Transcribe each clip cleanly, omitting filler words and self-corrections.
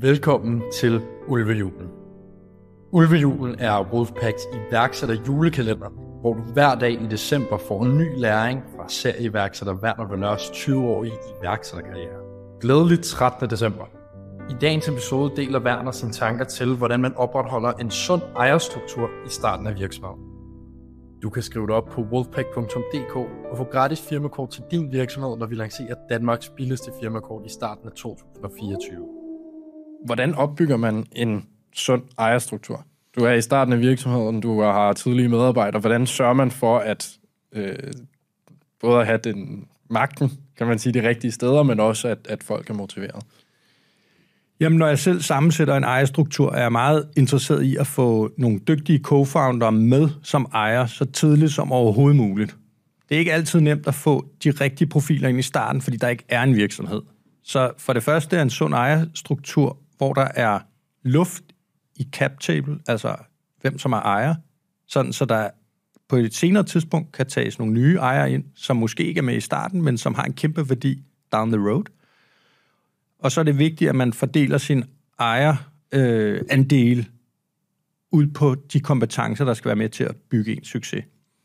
Velkommen til Ulvejulen. Ulvejulen er Wolfpacks iværksætter julekalender, hvor du hver dag i december får en ny læring fra serieiværksætter Werner Valeurs 20-årige iværksætterkarriere. Glædeligt 13. december. I dagens episode deler Werner sine tanker til, hvordan man opretholder en sund ejerstruktur i starten af virksomheden. Du kan skrive dig op på wolfpack.dk og få gratis firmakort til din virksomhed, når vi lancerer Danmarks billigste firmakort i starten af 2024. Hvordan opbygger man en sund ejerstruktur? Du er i starten af virksomheden, du har tidlige medarbejdere. Hvordan sørger man for at både at have den magten, kan man sige, de rigtige steder, men også at folk er motiveret? Jamen, når jeg selv sammensætter en ejerstruktur, er jeg meget interesseret i at få nogle dygtige co-founder med som ejer så tidligt som overhovedet muligt. Det er ikke altid nemt at få de rigtige profiler ind i starten, fordi der ikke er en virksomhed. Så for det første er en sund ejerstruktur, hvor der er luft i cap table, altså hvem som er ejer, sådan så der på et senere tidspunkt kan tages nogle nye ejere ind, som måske ikke er med i starten, men som har en kæmpe værdi down the road. Og så er det vigtigt, at man fordeler sin ejerandel ud på de kompetencer, der skal være med til at bygge en succes.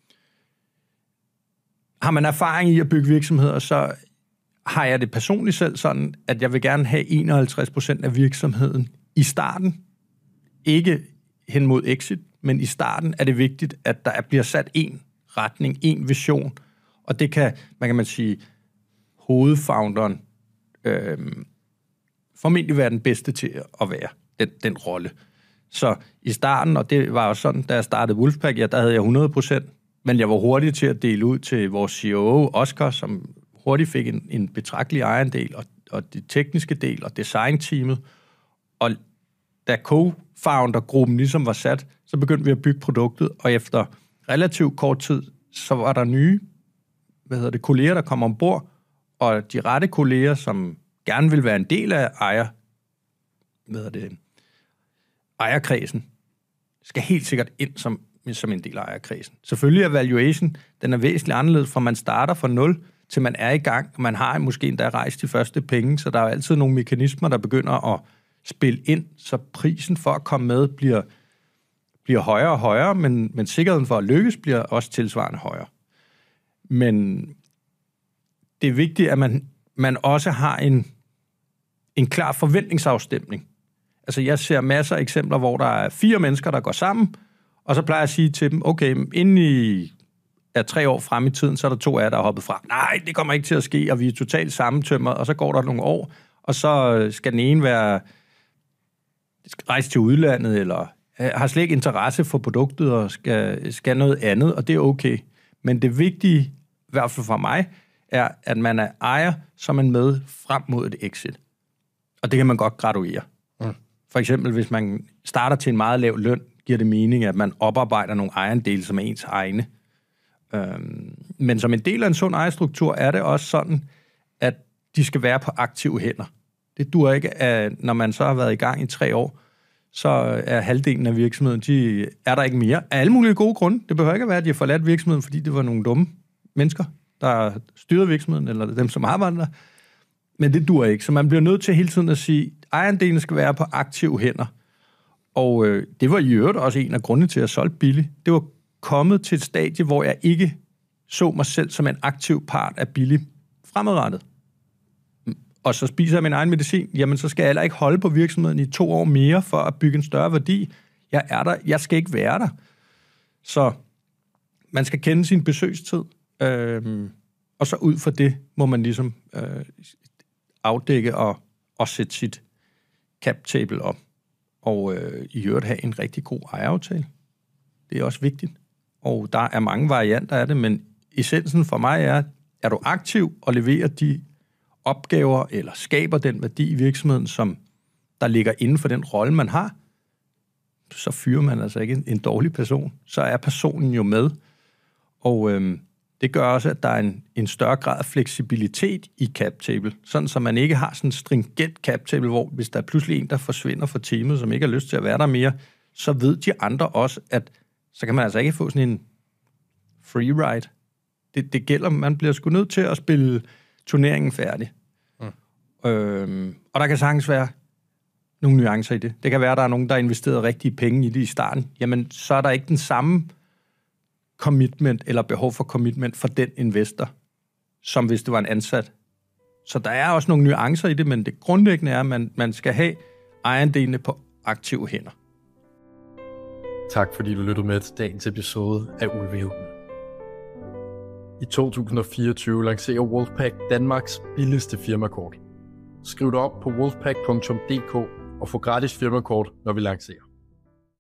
Har man erfaring i at bygge virksomheder, så har jeg det personligt selv sådan, at jeg vil gerne have 51% af virksomheden i starten. Ikke hen mod exit, men i starten er det vigtigt, at der bliver sat en retning, en vision. Og det kan, man sige, hovedfounderen formentlig være den bedste til at være den rolle. Så i starten, og det var jo sådan, da jeg startede Wolfpack, der havde jeg 100%, men jeg var hurtig til at dele ud til vores CEO, Oscar, som hurtigt fik en betragtelig ejerandel, og det tekniske del, og designteamet. Og da co-founder-gruppen ligesom var sat, så begyndte vi at bygge produktet, og efter relativt kort tid, så var der nye kolleger, der kom ombord, og de rette kolleger, som gerne vil være en del af ejerkredsen, skal helt sikkert ind som en del af ejerkredsen. Selvfølgelig er valuation, den er væsentligt anderledes, fra man starter fra 0, til man er i gang, og man har måske endda rejst de første penge, så der er altid nogle mekanismer, der begynder at spille ind, så prisen for at komme med bliver højere og højere, men sikkerheden for at lykkes bliver også tilsvarende højere. Men det er vigtigt, at man også har en klar forventningsafstemning. Altså, jeg ser masser af eksempler, hvor der er 4 mennesker, der går sammen, og så plejer jeg at sige til dem, okay, inden I er 3 år frem i tiden, så er der 2 af jer, der er hoppet fra. Nej, det kommer ikke til at ske, og vi er totalt sammentømret, og så går der nogle år, og så skal den ene rejse til udlandet, eller har slet ikke interesse for produktet, og skal noget andet, og det er okay. Men det vigtige, i hvert fald for mig, er, at man er ejer, så er man med frem mod et exit. Og det kan man godt graduere. For eksempel, hvis man starter til en meget lav løn, giver det mening, at man oparbejder nogle ejerandele, som er ens egne. Men som en del af en sund ejerstruktur, er det også sådan, at de skal være på aktive hænder. Det duer ikke, at når man så har været i gang i 3 år, så er halvdelen af virksomheden, de er der ikke mere. Af alle mulige gode grunde. Det behøver ikke at være, at de har forladt virksomheden, fordi det var nogle dumme mennesker, der styrede virksomheden, eller dem, som arbejder der. Men det duer ikke. Så man bliver nødt til hele tiden at sige, at ejerdelen skal være på aktive hænder. Og det var i øvrigt også en af grundene til, at jeg solgte Billy. Det var kommet til et stadie, hvor jeg ikke så mig selv som en aktiv part af Billy fremadrettet. Og så spiser jeg min egen medicin, jamen så skal jeg heller ikke holde på virksomheden i 2 år mere for at bygge en større værdi. Jeg er der, jeg skal ikke være der. Så man skal kende sin besøgstid, og så ud fra det må man ligesom afdække og sætte sit cap table op. Og i øvrigt have en rigtig god ejeraftale. Det er også vigtigt. Og der er mange varianter af det, men essensen for mig er du aktiv og leverer de opgaver eller skaber den værdi i virksomheden, som der ligger inden for den rolle, man har, så fyrer man altså ikke en dårlig person. Så er personen jo med. Og det gør også, at der er en større grad af fleksibilitet i cap table, sådan så man ikke har sådan en stringent cap table, hvor hvis der er pludselig en, der forsvinder fra teamet, som ikke har lyst til at være der mere, så ved de andre også, at så kan man altså ikke få sådan en free ride. Det gælder, man bliver sgu nødt til at spille turneringen færdig. Og der kan sagtens være nogle nuancer i det. Det kan være, at der er nogen, der har investeret rigtige penge i det i starten. Jamen, så er der ikke den samme commitment eller behov for commitment for den investor, som hvis det var en ansat. Så der er også nogle nuancer i det, men det grundlæggende er, at man skal have ejerdelene på aktive hænder. Tak fordi du lyttede med til dagens episode af Ulvehulen. I 2024 lancerer Wolfpack Danmarks billigste firmakort. Skriv dig op på wolfpack.dk og få gratis firmakort, når vi lancerer.